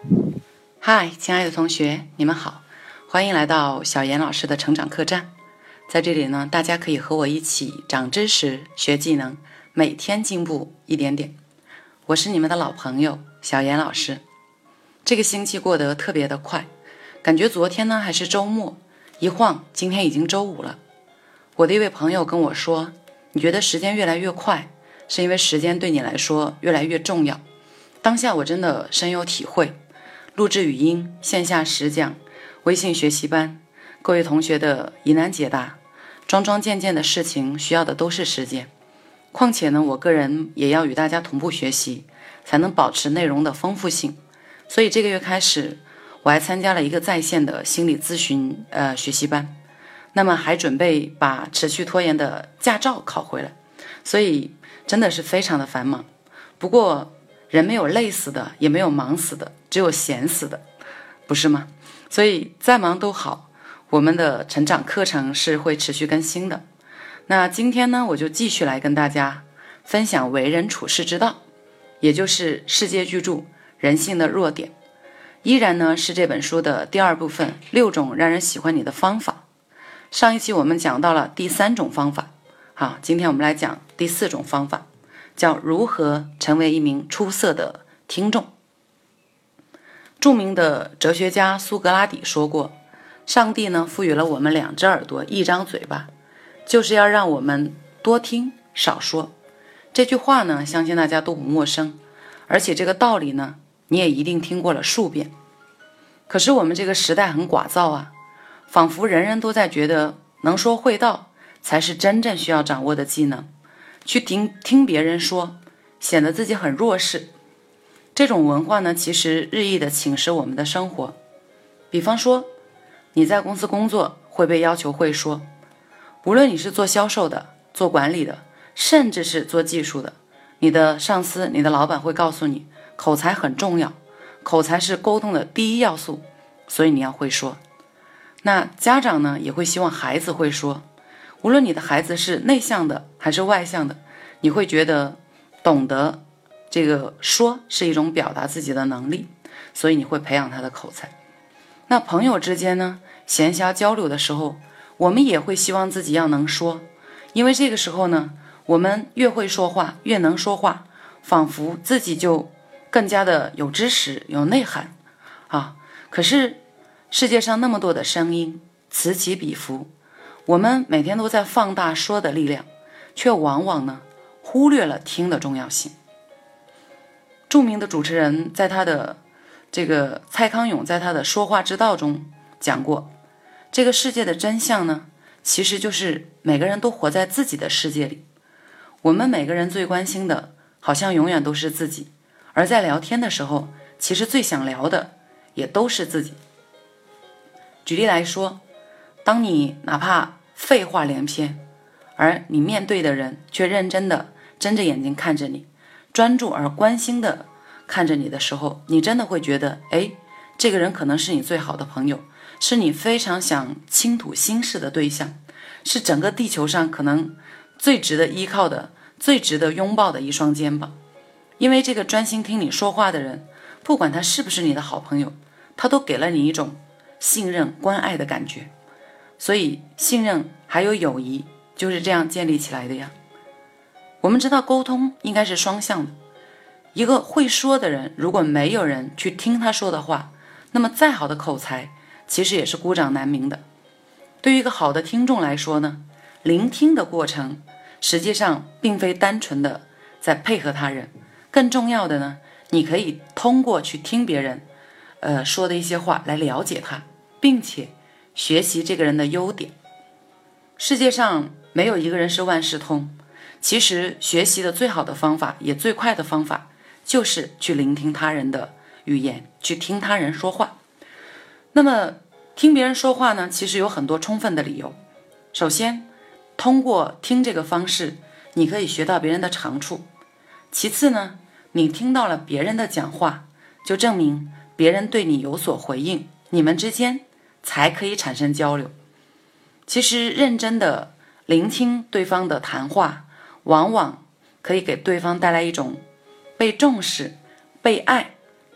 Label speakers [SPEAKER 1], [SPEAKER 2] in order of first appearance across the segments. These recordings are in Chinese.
[SPEAKER 1] 嗨，亲爱的同学，你们好，欢迎来到小妍老师的成长客栈。在这里呢，大家可以和我一起长知识、学技能，每天进步一点点。我是你们的老朋友小妍老师。这个星期过得特别的快，感觉昨天呢还是周末，一晃今天已经周五了。我的一位朋友跟我说，你觉得时间越来越快，是因为时间对你来说越来越重要。当下我真的深有体会。录制语音、线下实讲、微信学习班，各位同学的疑难解答，桩桩件件的事情需要的都是时间。况且呢，我个人也要与大家同步学习，才能保持内容的丰富性。所以这个月开始，我还参加了一个在线的心理咨询学习班，那么还准备把持续拖延的驾照考回来，所以真的是非常的繁忙。不过人没有累死的，也没有忙死的，只有闲死的，不是吗？所以再忙都好，我们的成长课程是会持续更新的。那今天呢，我就继续来跟大家分享为人处世之道，也就是世界巨著《人性的弱点》，依然呢是这本书的第二部分，6种让人喜欢你的方法。上一期我们讲到了第3种方法，好，今天我们来讲第4种方法，叫如何成为一名出色的听众。著名的哲学家苏格拉底说过，上帝呢赋予了我们2只耳朵1张嘴巴，就是要让我们多听少说。这句话呢相信大家都不陌生，而且这个道理呢你也一定听过了数遍。可是我们这个时代很寡躁啊，仿佛人人都在觉得能说会道才是真正需要掌握的技能，去听别人说，显得自己很弱势。这种文化呢，其实日益的侵蚀我们的生活。比方说，你在公司工作会被要求会说，无论你是做销售的、做管理的，甚至是做技术的，你的上司、你的老板会告诉你，口才很重要，口才是沟通的第一要素，所以你要会说。那家长呢，也会希望孩子会说，无论你的孩子是内向的还是外向的，你会觉得懂得这个说是一种表达自己的能力，所以你会培养他的口才。那朋友之间呢，闲暇交流的时候，我们也会希望自己要能说，因为这个时候呢，我们越会说话，越能说话，仿佛自己就更加的有知识、有内涵啊。可是世界上那么多的声音，此起彼伏，我们每天都在放大说的力量，却往往呢忽略了听的重要性。著名的主持人在他的蔡康永在他的说话之道中讲过，这个世界的真相呢，其实就是每个人都活在自己的世界里。我们每个人最关心的，好像永远都是自己，而在聊天的时候，其实最想聊的也都是自己。举例来说，当你哪怕废话连篇，而你面对的人却认真的睁着眼睛看着你，专注而关心的看着你的时候，你真的会觉得，这个人可能是你最好的朋友，是你非常想倾吐心事的对象，是整个地球上可能最值得依靠的、最值得拥抱的一双肩膀。因为这个专心听你说话的人，不管他是不是你的好朋友，他都给了你一种信任、关爱的感觉。所以信任还有友谊就是这样建立起来的呀。我们知道沟通应该是双向的，一个会说的人，如果没有人去听他说的话，那么再好的口才其实也是孤掌难鸣的。对于一个好的听众来说呢，聆听的过程实际上并非单纯的在配合他人，更重要的呢，你可以通过去听别人说的一些话来了解他，并且学习这个人的优点。世界上没有一个人是万事通，其实学习的最好的方法，也最快的方法，就是去聆听他人的语言，去听他人说话。那么听别人说话呢，其实有很多充分的理由。首先，通过听这个方式，你可以学到别人的长处。其次呢，你听到了别人的讲话，就证明别人对你有所回应，你们之间才可以产生交流。其实认真的聆听对方的谈话，往往可以给对方带来一种被重视、被爱、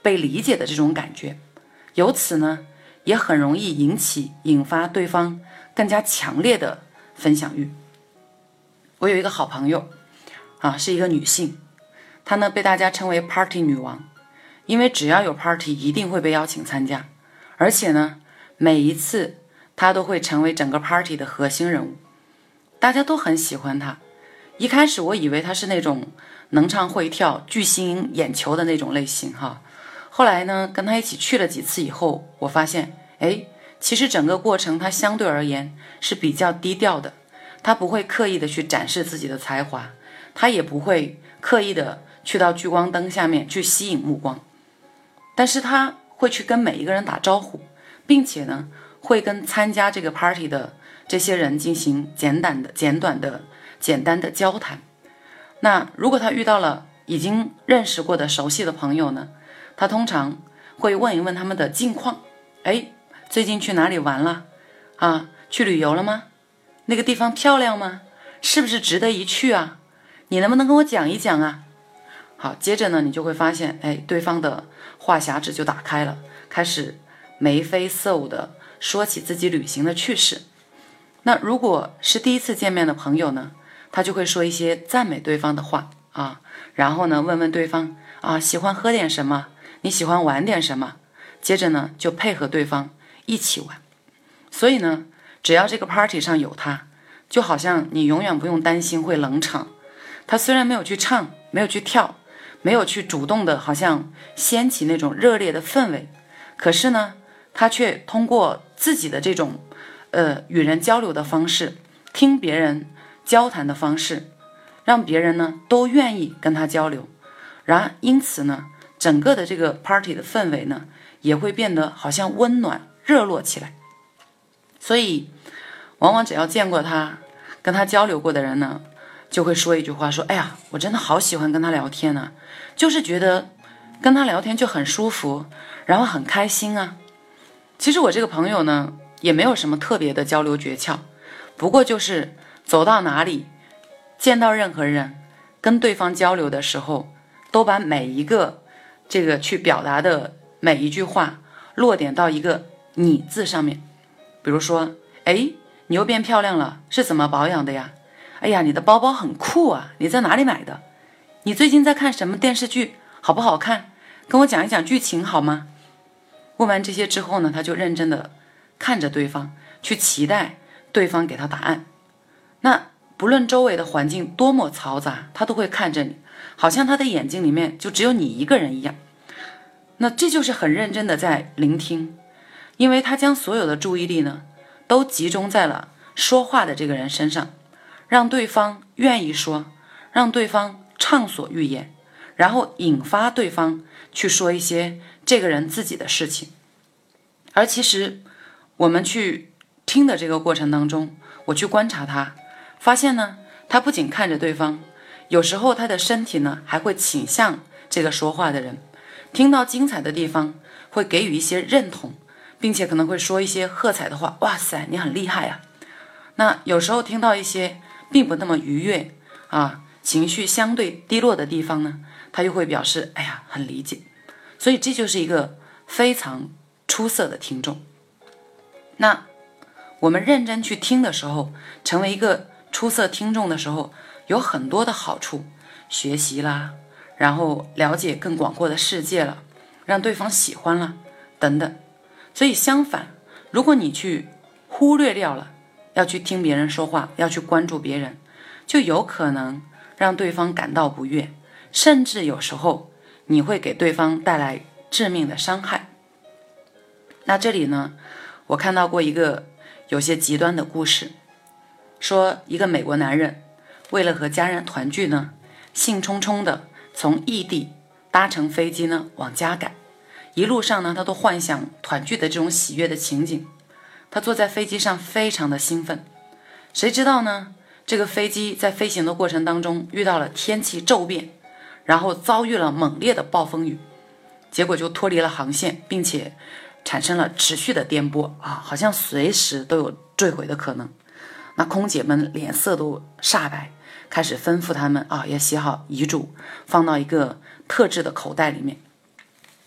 [SPEAKER 1] 被理解的这种感觉，由此呢，也很容易引发对方更加强烈的分享欲。我有一个好朋友是一个女性，她呢被大家称为 party 女王，因为只要有 party 一定会被邀请参加，而且呢每一次她都会成为整个 party 的核心人物，大家都很喜欢她。一开始我以为她是那种能唱会跳、巨星眼球的那种类型后来呢跟她一起去了几次以后，我发现其实整个过程她相对而言是比较低调的，她不会刻意的去展示自己的才华，她也不会刻意的去到聚光灯下面去吸引目光，但是她会去跟每一个人打招呼，并且呢会跟参加这个 party 的这些人进行简单的交谈。那如果他遇到了已经认识过的熟悉的朋友呢，他通常会问一问他们的近况，最近去哪里玩了去旅游了吗？那个地方漂亮吗？是不是值得一去啊？你能不能跟我讲一讲啊？好，接着呢你就会发现对方的话匣子就打开了，开始眉飞色舞的说起自己旅行的趣事。那如果是第一次见面的朋友呢，他就会说一些赞美对方的话然后呢问问对方喜欢喝点什么，你喜欢玩点什么，接着呢就配合对方一起玩。所以呢只要这个 party 上有他，就好像你永远不用担心会冷场。他虽然没有去唱，没有去跳，没有去主动的好像掀起那种热烈的氛围，可是呢他却通过自己的这种与人交流的方式，听别人交谈的方式，让别人呢都愿意跟他交流，因此呢整个的这个 party 的氛围呢也会变得好像温暖热络起来。所以往往只要见过他，跟他交流过的人呢，就会说一句话，说我真的好喜欢跟他聊天啊，就是觉得跟他聊天就很舒服，然后很开心啊。其实我这个朋友呢也没有什么特别的交流诀窍，不过就是走到哪里，见到任何人，跟对方交流的时候，都把每一个这个去表达的每一句话落点到一个你字上面。比如说你又变漂亮了，是怎么保养的呀？你的包包很酷啊，你在哪里买的？你最近在看什么电视剧，好不好看？跟我讲一讲剧情好吗？问完这些之后呢，他就认真的看着对方，去期待对方给他答案。那不论周围的环境多么嘈杂，他都会看着你，好像他的眼睛里面就只有你一个人一样。那这就是很认真的在聆听，因为他将所有的注意力呢都集中在了说话的这个人身上，让对方愿意说，让对方畅所欲言，然后引发对方去说一些这个人自己的事情。而其实我们去听的这个过程当中，我去观察他，发现呢他不仅看着对方，有时候他的身体呢还会倾向这个说话的人，听到精彩的地方会给予一些认同，并且可能会说一些喝彩的话，哇塞你很厉害啊。那有时候听到一些并不那么愉悦情绪相对低落的地方呢，他又会表示很理解。所以这就是一个非常出色的听众。那我们认真去听的时候，成为一个出色听众的时候，有很多的好处，学习啦，然后了解更广阔的世界了，让对方喜欢了等等。所以相反，如果你去忽略掉了要去听别人说话，要去关注别人，就有可能让对方感到不悦，甚至有时候你会给对方带来致命的伤害。那这里呢，我看到过一个有些极端的故事，说一个美国男人为了和家人团聚呢，兴冲冲的从异地搭乘飞机呢往家赶，一路上呢他都幻想团聚的这种喜悦的情景。他坐在飞机上非常的兴奋，谁知道呢这个飞机在飞行的过程当中遇到了天气骤变，然后遭遇了猛烈的暴风雨，结果就脱离了航线，并且产生了持续的颠簸好像随时都有坠毁的可能。那空姐们脸色都煞白，开始吩咐他们也写好遗嘱，放到一个特制的口袋里面。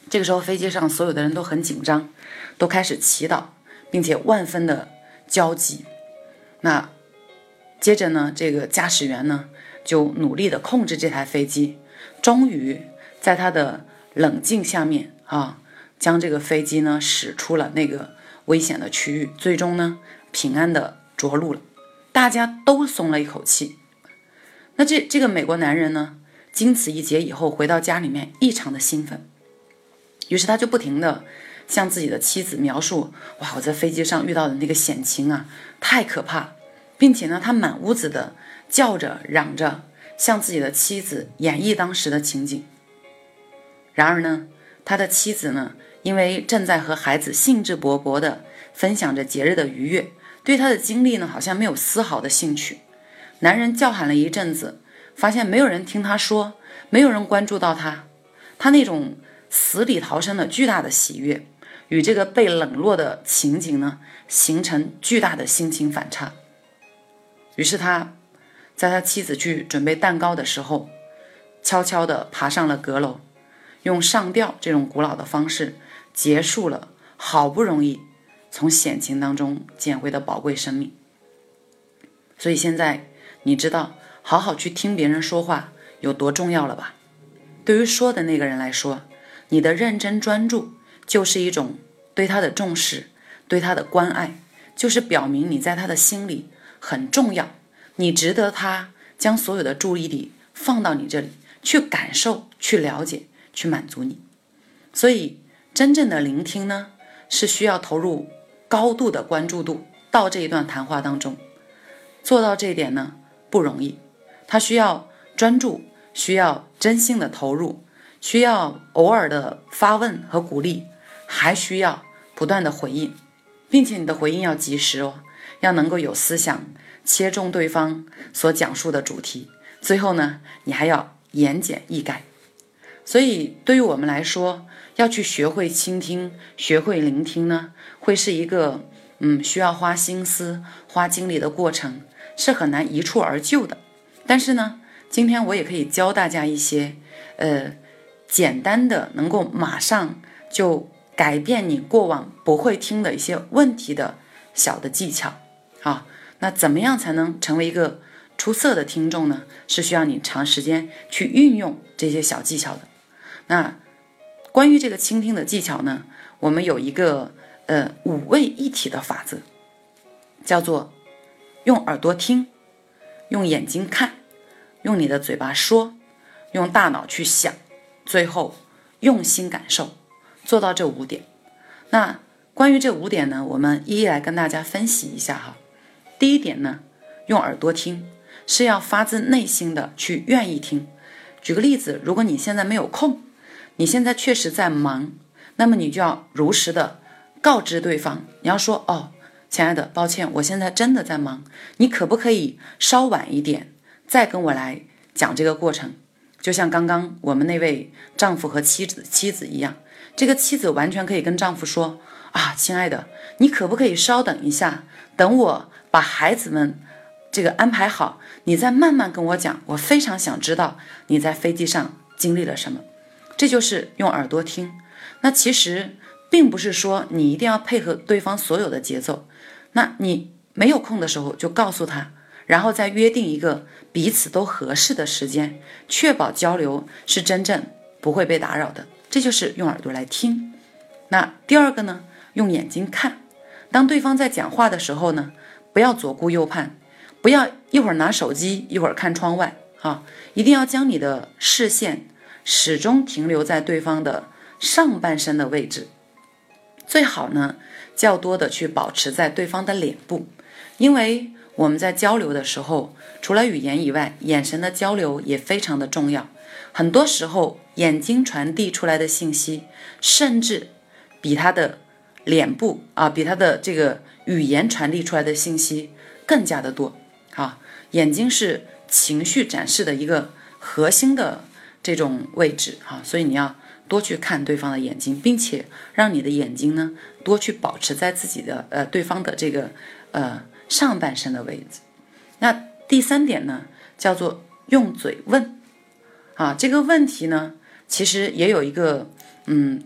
[SPEAKER 1] 这个时候飞机上所有的人都很紧张，都开始祈祷，并且万分的焦急。那接着呢，这个驾驶员呢就努力的控制这台飞机，终于在他的冷静下面将这个飞机呢驶出了那个危险的区域，最终呢平安的着陆了，大家都松了一口气。那这个美国男人呢，经此一劫以后回到家里面异常的兴奋，于是他就不停的向自己的妻子描述，哇，我在飞机上遇到的那个险情啊，太可怕，并且呢他满屋子的叫着嚷着，向自己的妻子演绎当时的情景。然而呢，他的妻子呢，因为正在和孩子兴致勃勃地分享着节日的愉悦，对他的经历呢，好像没有丝毫的兴趣。男人叫喊了一阵子，发现没有人听他说，没有人关注到他，他那种死里逃生的巨大的喜悦，与这个被冷落的情景呢，形成巨大的心情反差。于是他在他妻子去准备蛋糕的时候，悄悄地爬上了阁楼，用上吊这种古老的方式结束了好不容易从险情当中捡回的宝贵生命。所以现在你知道好好去听别人说话有多重要了吧？对于说的那个人来说，你的认真专注就是一种对他的重视，对他的关爱，就是表明你在他的心里很重要，你值得他将所有的注意力放到你这里，去感受，去了解，去满足你。所以真正的聆听呢，是需要投入高度的关注度到这一段谈话当中。做到这一点呢不容易，他需要专注，需要真心的投入，需要偶尔的发问和鼓励，还需要不断的回应，并且你的回应要及时哦，要能够有思想，切中对方所讲述的主题。最后呢，你还要言简意赅。所以对于我们来说，要去学会倾听，学会聆听呢，会是一个需要花心思花精力的过程，是很难一蹴而就的。但是呢，今天我也可以教大家一些简单的能够马上就改变你过往不会听的一些问题的小的技巧啊。那怎么样才能成为一个出色的听众呢？是需要你长时间去运用这些小技巧的。那关于这个倾听的技巧呢，我们有一个五位一体的法则，叫做用耳朵听，用眼睛看，用你的嘴巴说，用大脑去想，最后用心感受，做到这5点。那关于这5点呢，我们一一来跟大家分析一下哈。第一点呢，用耳朵听，是要发自内心的去愿意听。举个例子，如果你现在没有空，你现在确实在忙，那么你就要如实的告知对方，你要说，哦，亲爱的，抱歉，我现在真的在忙，你可不可以稍晚一点再跟我来讲这个过程。就像刚刚我们那位丈夫和妻子一样，这个妻子完全可以跟丈夫说，啊，亲爱的，你可不可以稍等一下，等我把孩子们这个安排好，你再慢慢跟我讲，我非常想知道你在飞机上经历了什么。这就是用耳朵听。那其实并不是说你一定要配合对方所有的节奏，那你没有空的时候就告诉他，然后再约定一个彼此都合适的时间，确保交流是真正不会被打扰的。这就是用耳朵来听。那第二个呢，用眼睛看。当对方在讲话的时候呢，不要左顾右盼，不要一会儿拿手机一会儿看窗外一定要将你的视线始终停留在对方的上半身的位置，最好呢较多的去保持在对方的脸部。因为我们在交流的时候，除了语言以外，眼神的交流也非常的重要。很多时候眼睛传递出来的信息甚至比他的脸部比他的这个语言传递出来的信息更加的多眼睛是情绪展示的一个核心的这种位置所以你要多去看对方的眼睛，并且让你的眼睛呢多去保持在自己的对方的这个上半身的位置。那第3点呢，叫做用嘴问这个问题呢，其实也有一个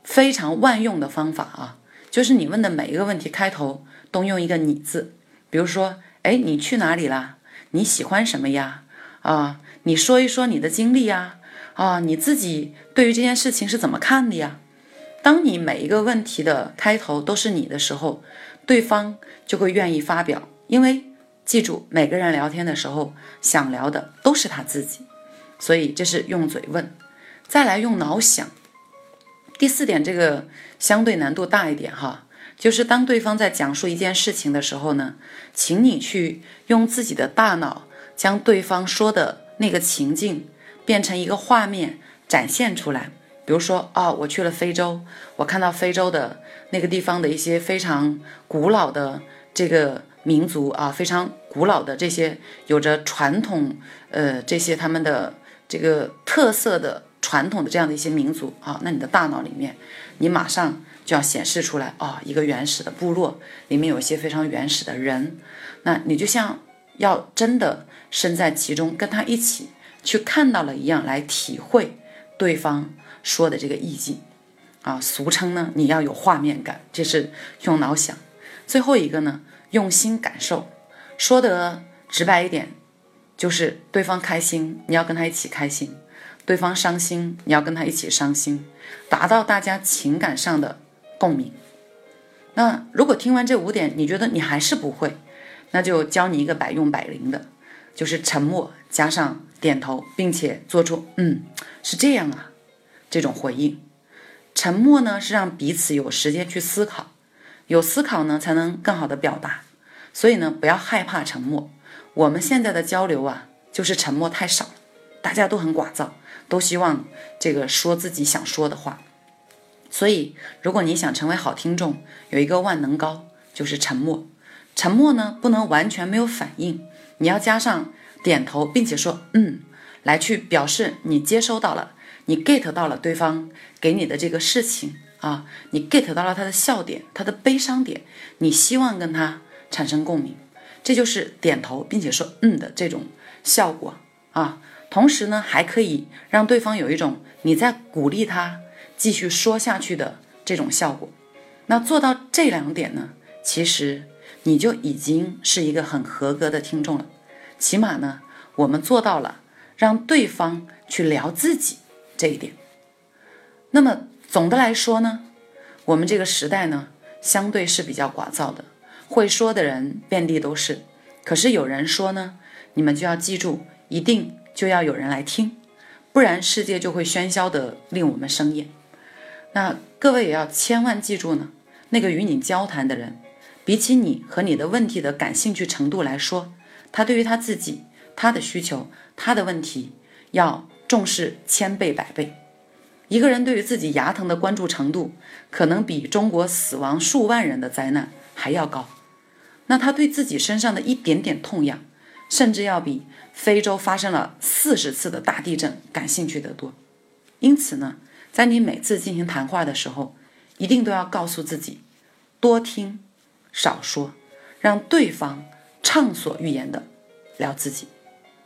[SPEAKER 1] 非常万用的方法啊，就是你问的每一个问题开头都用一个你字，比如说，哎，你去哪里啦？你喜欢什么呀？你说一说你的经历呀？你自己对于这件事情是怎么看的呀？当你每一个问题的开头都是你的时候，对方就会愿意发表，因为记住，每个人聊天的时候想聊的都是他自己，所以这是用嘴问。再来用脑想。第4点，这个相对难度大一点哈，就是当对方在讲述一件事情的时候呢，请你去用自己的大脑将对方说的那个情境变成一个画面展现出来。比如说我去了非洲，我看到非洲的那个地方的一些非常古老的这个民族非常古老的这些有着传统这些他们的这个特色的传统的这样的一些民族那你的大脑里面你马上就要显示出来一个原始的部落里面有一些非常原始的人，那你就像要真的身在其中跟他一起去看到了一样来体会对方说的这个意境俗称呢你要有画面感，这是用脑想。最后一个呢用心感受，说得直白一点就是对方开心你要跟他一起开心，对方伤心你要跟他一起伤心，达到大家情感上的共鸣。那如果听完这5点你觉得你还是不会，那就教你一个百用百灵的，就是沉默加上点头，并且做出是这样这种回应。沉默呢是让彼此有时间去思考，有思考呢才能更好的表达，所以呢不要害怕沉默。我们现在的交流就是沉默太少，大家都很聒噪，都希望这个说自己想说的话。所以如果你想成为好听众，有一个万能膏，就是沉默。沉默呢不能完全没有反应，你要加上点头并且说来去表示你接收到了，你 get 到了对方给你的这个事情你 get 到了他的笑点，他的悲伤点，你希望跟他产生共鸣，这就是点头并且说的这种效果同时呢还可以让对方有一种你在鼓励他继续说下去的这种效果。那做到这2点呢，其实你就已经是一个很合格的听众了，起码呢我们做到了让对方去聊自己这一点。那么总的来说呢，我们这个时代呢相对是比较聒噪的，会说的人遍地都是，可是有人说呢，你们就要记住，一定就要有人来听，不然世界就会喧嚣的令我们生厌。那各位也要千万记住呢，那个与你交谈的人，比起你和你的问题的感兴趣程度来说，他对于他自己、他的需求、他的问题要重视1000倍100倍。一个人对于自己牙疼的关注程度，可能比中国死亡数万人的灾难还要高。那他对自己身上的一点点痛痒，甚至要比非洲发生了40次的大地震感兴趣得多。因此呢，在你每次进行谈话的时候，一定都要告诉自己，多听少说，让对方畅所欲言的聊自己。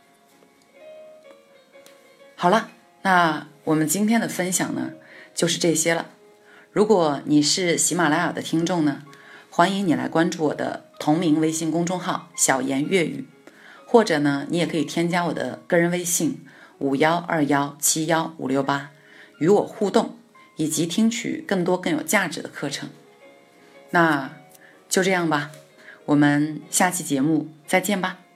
[SPEAKER 1] 好了，那我们今天的分享呢就是这些了。如果你是喜马拉雅的听众呢，欢迎你来关注我的同名微信公众号小言粤语，或者呢你也可以添加我的个人微信5121715568与我互动，以及听取更多更有价值的课程。那就这样吧，我们下期节目再见吧。